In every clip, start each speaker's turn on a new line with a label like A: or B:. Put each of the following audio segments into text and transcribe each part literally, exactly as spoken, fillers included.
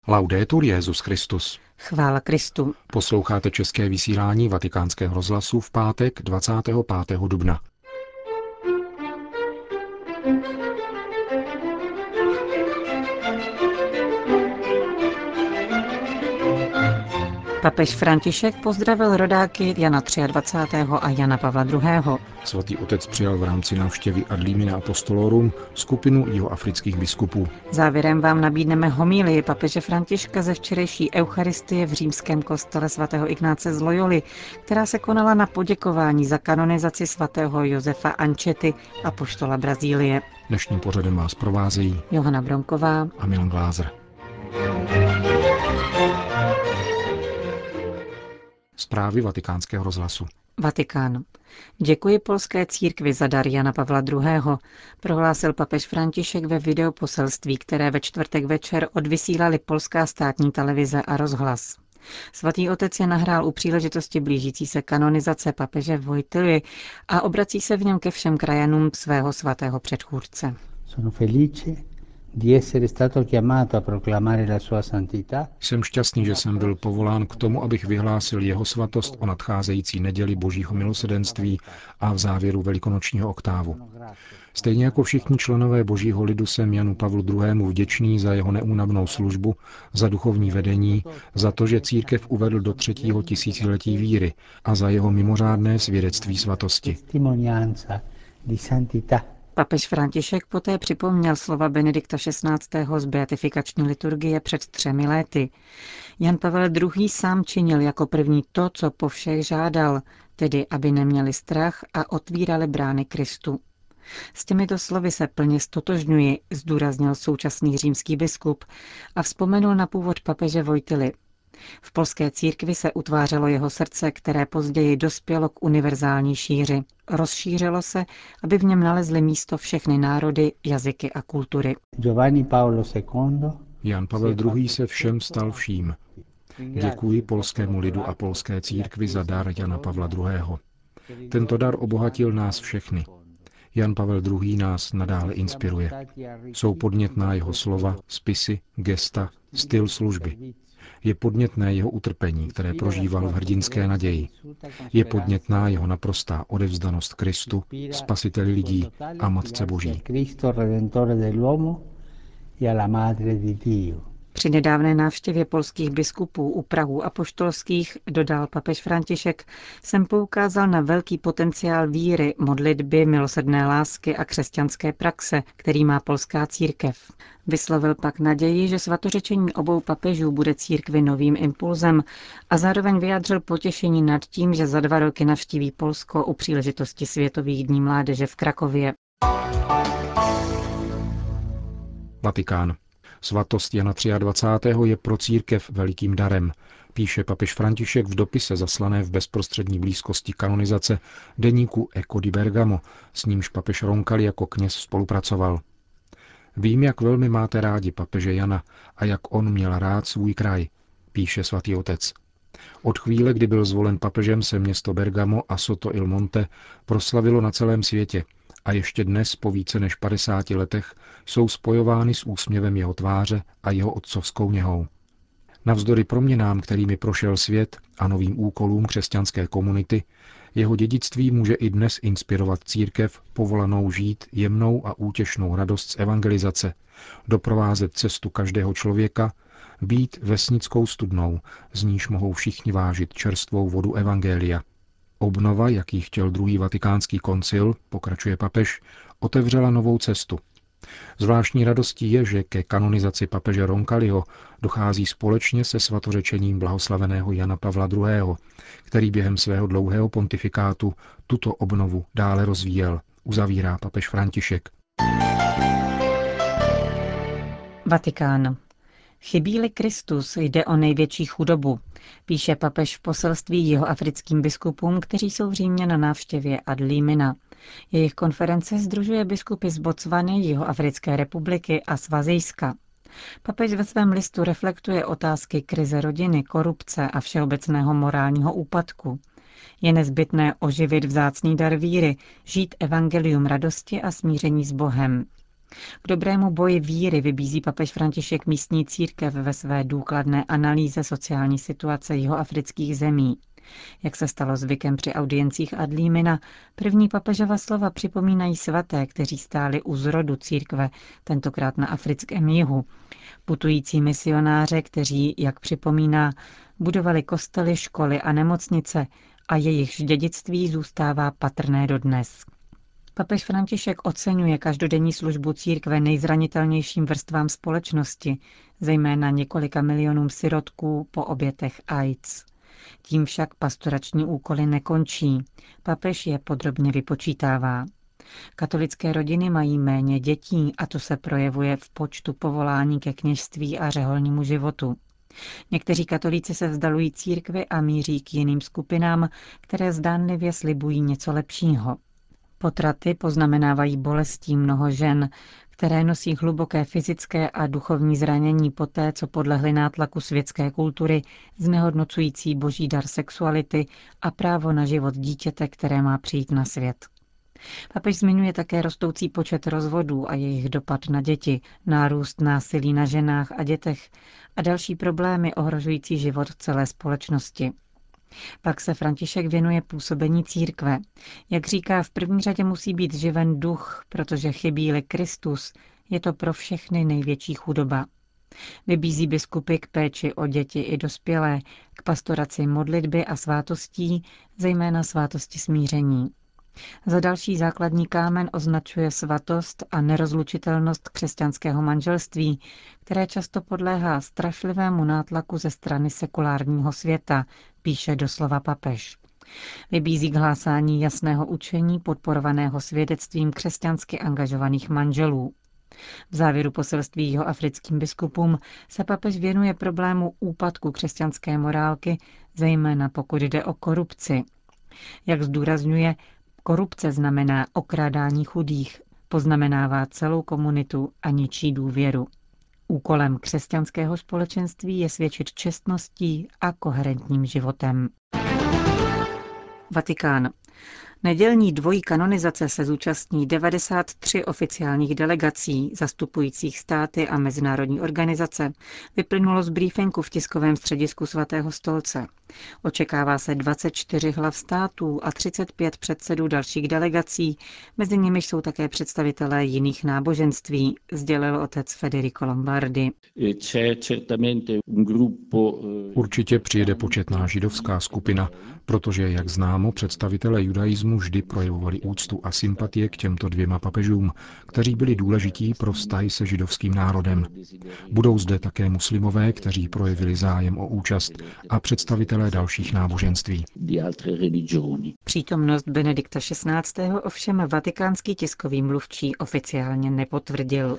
A: Laudetur Jesus Christus.
B: Chvála Kristu.
A: Posloucháte české vysílání Vatikánského rozhlasu v pátek dvacátého pátého dubna.
B: Papež František pozdravil rodáky Jana dvacátého třetího a Jana Pavla druhého.
A: Svatý otec přijal v rámci návštěvy Ad limina Apostolorum skupinu jihoafrických biskupů.
B: Závěrem vám nabídneme homílii papeže Františka ze včerejší eucharistie v římském kostele svatého Ignáce z Loyoli, která se konala na poděkování za kanonizaci svatého Josefa Ančety, apoštola Brazílie.
A: Dnešním pořadem vás provázejí
B: Johana Bronková
A: a Milan Glázer. Zprávy Vatikánského rozhlasu.
B: Vatikán. Děkuji polské církvi za dar Jana Pavla druhého., prohlásil papež František ve videoposelství, které ve čtvrtek večer odvysílali polská státní televize a rozhlas. Svatý otec je nahrál u příležitosti blížící se kanonizace papeže Wojtyly a obrací se v něm ke všem krajanům svého svatého předchůdce.
A: Jsem šťastný, že jsem byl povolán k tomu, abych vyhlásil jeho svatost o nadcházející neděli Božího milosedenství a v závěru velikonočního oktávu. Stejně jako všichni členové Božího lidu jsem Janu Pavlu druhému vděčný za jeho neúnavnou službu, za duchovní vedení, za to, že církev uvedl do třetího tisíciletí víry a za jeho mimořádné svědectví svatosti.
B: Papež František poté připomněl slova Benedikta šestnáctého z beatifikační liturgie před třemi léty. Jan Pavel druhý. Sám činil jako první to, co po všech žádal, tedy aby neměli strach a otvírali brány Kristu. S těmito slovy se plně stotožňuji, zdůraznil současný římský biskup a vzpomenul na původ papeže Wojtyly. V polské církvi se utvářelo jeho srdce, které později dospělo k univerzální šíři. Rozšířilo se, aby v něm nalezly místo všechny národy, jazyky a kultury.
A: Jan Pavel druhý. Se všem stal vším. Děkuji polskému lidu a polské církvi za dar Jana Pavla druhého. Tento dar obohatil nás všechny. Jan Pavel druhý. Nás nadále inspiruje. Jsou podnětná jeho slova, spisy, gesta, styl služby. Je podnětné jeho utrpení, které prožíval v hrdinské naději. Je podnětná jeho naprostá odevzdanost Kristu, spasiteli lidí a Matce Boží.
B: Při nedávné návštěvě polských biskupů u prahů apoštolských, dodal papež František, jsem poukázal na velký potenciál víry, modlitby, milosrdné lásky a křesťanské praxe, který má polská církev. Vyslovil pak naději, že svatořečení obou papežů bude církvi novým impulzem a zároveň vyjádřil potěšení nad tím, že za dva roky navštíví Polsko u příležitosti Světových dní mládeže v Krakově.
A: Vatikán. Svatost Jana dvacátého třetího. Je pro církev velikým darem, píše papež František v dopise zaslané v bezprostřední blízkosti kanonizace deníku Eco di Bergamo, s nímž papež Roncalli jako kněz spolupracoval. Vím, jak velmi máte rádi papeže Jana a jak on měl rád svůj kraj, píše svatý otec. Od chvíle, kdy byl zvolen papežem, se město Bergamo a Soto il Monte proslavilo na celém světě a ještě dnes po více než padesáti letech jsou spojovány s úsměvem jeho tváře a jeho otcovskou něhou. Navzdory proměnám, kterými prošel svět a novým úkolům křesťanské komunity, jeho dědictví může i dnes inspirovat církev povolanou žít jemnou a útěšnou radost z evangelizace, doprovázet cestu každého člověka, být vesnickou studnou, z níž mohou všichni vážit čerstvou vodu evangelia. Obnova, jaký chtěl druhý vatikánský koncil, pokračuje papež, otevřela novou cestu. Zvláštní radostí je, že ke kanonizaci papeže Roncalliho dochází společně se svatořečením blahoslaveného Jana Pavla druhého., který během svého dlouhého pontifikátu tuto obnovu dále rozvíjel, uzavírá papež František.
B: Vatikán. Chybí-li Kristus, jde o největší chudobu, píše papež v poselství jihoafrickým biskupům, kteří jsou v Římě na návštěvě Ad limina. Jejich konference sdružuje biskupy z Botswany, Jihoafrické republiky a Svazijska. Papež ve svém listu reflektuje otázky krize rodiny, korupce a všeobecného morálního úpadku. Je nezbytné oživit vzácný dar víry, žít evangelium radosti a smíření s Bohem. K dobrému boji víry vybízí papež František místní církev ve své důkladné analýze sociální situace jihoafrických zemí. Jak se stalo zvykem při audiencích ad limina, první papežova slova připomínají svaté, kteří stáli u zrodu církve, tentokrát na africkém jihu. Putující misionáře, kteří, jak připomíná, budovali kostely, školy a nemocnice a jejichž dědictví zůstává patrné dodnes. Papež František oceňuje každodenní službu církve nejzranitelnějším vrstvám společnosti, zejména několika milionům sirotků po obětech AIDS. Tím však pastorační úkoly nekončí. Papež je podrobně vypočítává. Katolické rodiny mají méně dětí a to se projevuje v počtu povolání ke kněžství a řeholnímu životu. Někteří katolíci se vzdalují církvi a míří k jiným skupinám, které zdánlivě slibují něco lepšího. Potraty poznamenávají bolestí mnoho žen, které nosí hluboké fyzické a duchovní zranění poté, co podlehly nátlaku světské kultury, znehodnocující boží dar sexuality a právo na život dítěte, které má přijít na svět. Papež zmiňuje také rostoucí počet rozvodů a jejich dopad na děti, nárůst násilí na ženách a dětech a další problémy ohrožující život celé společnosti. Pak se František věnuje působení církve. Jak říká, v první řadě musí být živen duch, protože chybí-li Kristus, je to pro všechny největší chudoba. Vybízí biskupy k péči o děti i dospělé, k pastoraci modlitby a svátostí, zejména svátosti smíření. Za další základní kámen označuje svatost a nerozlučitelnost křesťanského manželství, které často podléhá strašlivému nátlaku ze strany sekulárního světa, píše doslova papež. Vybízí k hlásání jasného učení podporovaného svědectvím křesťansky angažovaných manželů. V závěru poselství jihoafrickým biskupům se papež věnuje problému úpadku křesťanské morálky, zejména pokud jde o korupci. Jak zdůrazňuje, korupce znamená okrádání chudých, poznamenává celou komunitu a ničí důvěru. Úkolem křesťanského společenství je svědčit čestností a koherentním životem. Vatikán. Nedělní dvojí kanonizace se zúčastní devadesát tři oficiálních delegací, zastupujících státy a mezinárodní organizace, vyplynulo z briefingu v tiskovém středisku Svatého stolce. Očekává se dvacet čtyři hlav států a třicet pět předsedů dalších delegací, mezi nimiž jsou také představitelé jiných náboženství, sdělil otec Federico Lombardi.
A: Určitě přijede početná židovská skupina, protože, jak známo, představitelé judaismu vždy projevovali úctu a sympatie k těmto dvěma papežům, kteří byli důležití pro vztahy se židovským národem. Budou zde také muslimové, kteří projevili zájem o účast, a představitelé dalších náboženství.
B: Přítomnost Benedikta šestnáctého ovšem vatikánský tiskový mluvčí oficiálně nepotvrdil.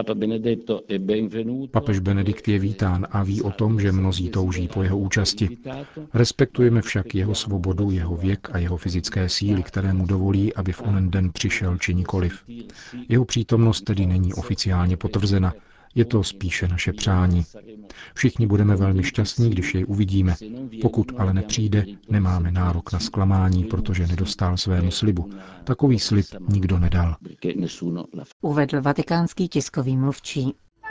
A: Papež Benedikt je vítán a ví o tom, že mnozí touží po jeho účasti. Respektujeme však jeho svobodu, jeho věk a jeho fyzické síly, které mu dovolí, aby v onen den přišel či nikoliv. Jeho přítomnost tedy není oficiálně potvrzena, je to spíše naše přání. Všichni budeme velmi šťastní, když jej uvidíme. Pokud ale nepřijde, nemáme nárok na zklamání, protože nedostal svému slibu. Takový slib nikdo nedal.
B: Uvedl vatikánský tiskový mluvčí.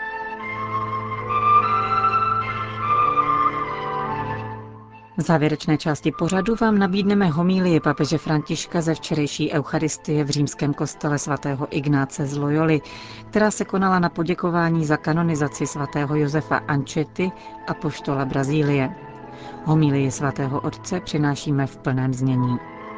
B: V závěrečné části pořadu vám nabídneme homílii papeže Františka ze včerejší eucharistie v římském kostele svatého Ignáce z Loyoli, která se konala na poděkování za kanonizaci svatého Josefa Ančety, apoštola Brazílie. Homílii svatého otce přinášíme v plném znění.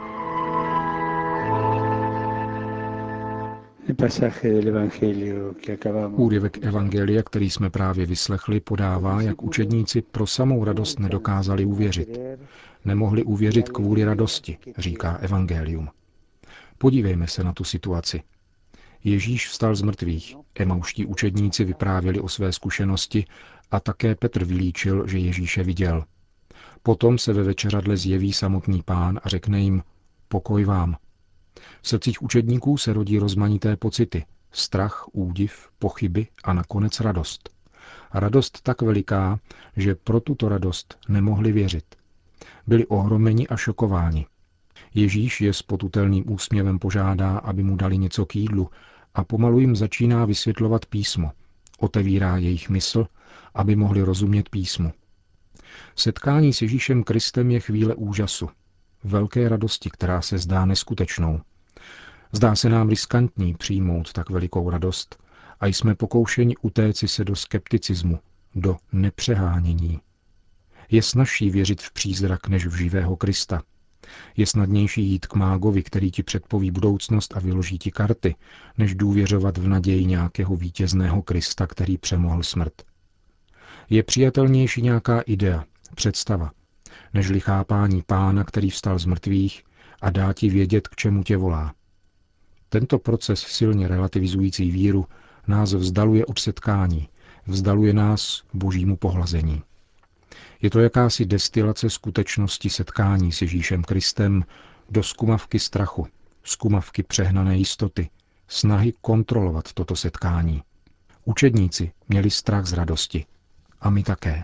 A: Úryvek evangelia, který jsme právě vyslechli, podává, jak učedníci pro samou radost nedokázali uvěřit. Nemohli uvěřit kvůli radosti, říká evangelium. Podívejme se na tu situaci. Ježíš vstal z mrtvých, emauští učedníci vyprávěli o své zkušenosti a také Petr vylíčil, že Ježíše viděl. Potom se ve večeřadle zjeví samotný Pán a řekne jim: pokoj vám. V srdcích učedníků se rodí rozmanité pocity, strach, údiv, pochyby a nakonec radost. Radost tak veliká, že pro tuto radost nemohli věřit. Byli ohromeni a šokováni. Ježíš je s potutelným úsměvem požádá, aby mu dali něco k jídlu, a pomalu jim začíná vysvětlovat písmo, otevírá jejich mysl, aby mohli rozumět písmu. Setkání s Ježíšem Kristem je chvíle úžasu, velké radosti, která se zdá neskutečnou. Zdá se nám riskantní přijmout tak velikou radost a jsme pokoušeni utéci se do skepticismu, do nepřehánění. Je snazší věřit v přízrak než v živého Krista. Je snadnější jít k mágovi, který ti předpoví budoucnost a vyloží ti karty, než důvěřovat v naději nějakého vítězného Krista, který přemohl smrt. Je přijatelnější nějaká idea, představa, nežli chápání Pána, který vstal z mrtvých a dá ti vědět, k čemu tě volá. Tento proces silně relativizující víru nás vzdaluje od setkání, vzdaluje nás božímu pohlazení. Je to jakási destilace skutečnosti setkání s Ježíšem Kristem do zkumavky strachu, zkumavky přehnané jistoty, snahy kontrolovat toto setkání. Učedníci měli strach z radosti. A my také.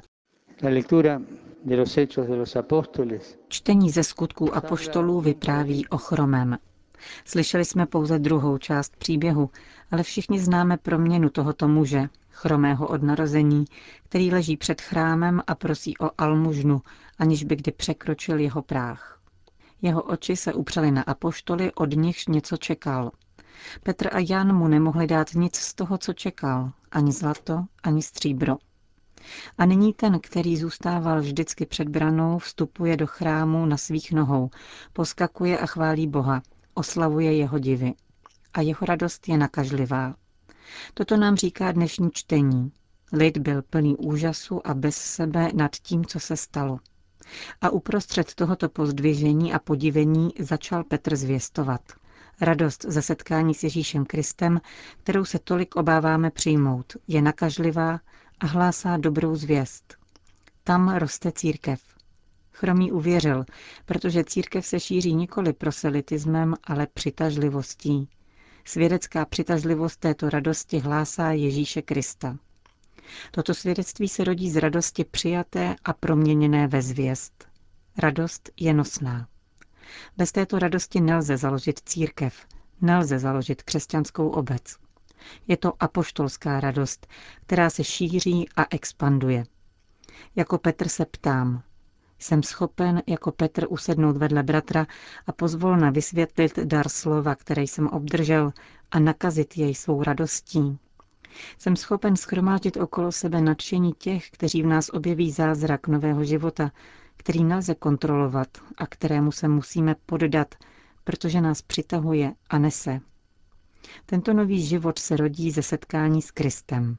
B: Čtení ze Skutků apoštolů vypráví o chromém. Slyšeli jsme pouze druhou část příběhu, ale všichni známe proměnu tohoto muže, chromého od narození, který leží před chrámem a prosí o almužnu, aniž by kdy překročil jeho práh. Jeho oči se upřely na apoštoly, od nichž něco čekal. Petr a Jan mu nemohli dát nic z toho, co čekal, ani zlato, ani stříbro. A nyní ten, který zůstával vždycky před branou, vstupuje do chrámu na svých nohou, poskakuje a chválí Boha, oslavuje jeho divy. A jeho radost je nakažlivá. Toto nám říká dnešní čtení. Lid byl plný úžasu a bez sebe nad tím, co se stalo. A uprostřed tohoto pozdvižení a podivení začal Petr zvěstovat. Radost ze setkání s Ježíšem Kristem, kterou se tolik obáváme přijmout, je nakažlivá a hlásá dobrou zvěst. Tam roste církev. Chromý uvěřil, protože církev se šíří nikoli proselitismem, ale přitažlivostí. Svědecká přitažlivost této radosti hlásá Ježíše Krista. Toto svědectví se rodí z radosti přijaté a proměněné ve zvěst. Radost je nosná. Bez této radosti nelze založit církev, nelze založit křesťanskou obec. Je to apoštolská radost, která se šíří a expanduje. Jako Petr se ptám, jsem schopen jako Petr usednout vedle bratra a pozvolna vysvětlit dar slova, které jsem obdržel, a nakazit jej svou radostí. Jsem schopen shromáždit okolo sebe nadšení těch, kteří v nás objeví zázrak nového života, který nelze kontrolovat a kterému se musíme poddat, protože nás přitahuje a nese. Tento nový život se rodí ze setkání s Kristem.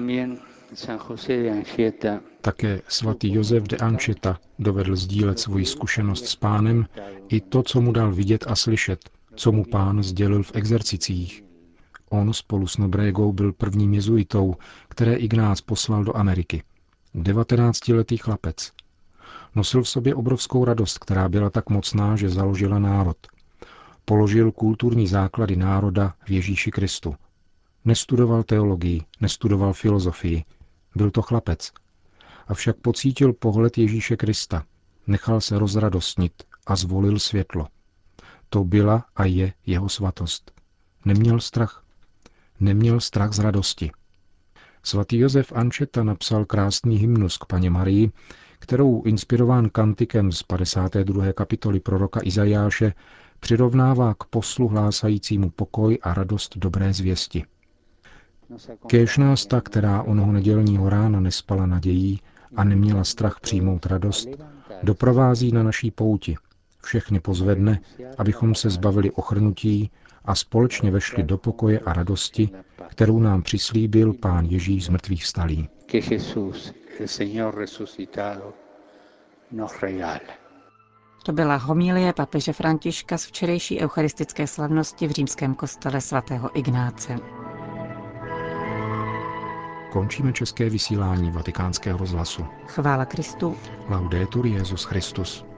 A: Také svatý Josef de Ančeta dovedl sdílet svoji zkušenost s Pánem i to, co mu dal vidět a slyšet, co mu Pán sdělil v exercicích. On spolu s Nobrégou byl prvním jezuitou, které Ignác poslal do Ameriky. devatenáctiletý chlapec. Nosil v sobě obrovskou radost, která byla tak mocná, že založila národ. Položil kulturní základy národa v Ježíši Kristu. Nestudoval teologii, nestudoval filozofii. Byl to chlapec. Avšak pocítil pohled Ježíše Krista. Nechal se rozradostnit a zvolil světlo. To byla a je jeho svatost. Neměl strach. Neměl strach z radosti. Svatý Josef Ančeta napsal krásný hymnus k Panně Marii, kterou inspirován kantikem z padesáté druhé kapitoly proroka Izajáše přirovnává k poslu hlásajícímu pokoj a radost dobré zvěsti. Kéž nás ta, která onoho nedělního rána nespala nadějí a neměla strach přijmout radost, doprovází na naší pouti, všechny pozvedne, abychom se zbavili ochrnutí a společně vešli do pokoje a radosti, kterou nám přislíbil Pán Ježíš z mrtvých vstalý.
B: To byla homilie papeže Františka z včerejší eucharistické slavnosti v římském kostele svatého Ignáce.
A: Končíme české vysílání Vatikánského rozhlasu.
B: Chvála Kristu.
A: Laudetur Jesus Christus.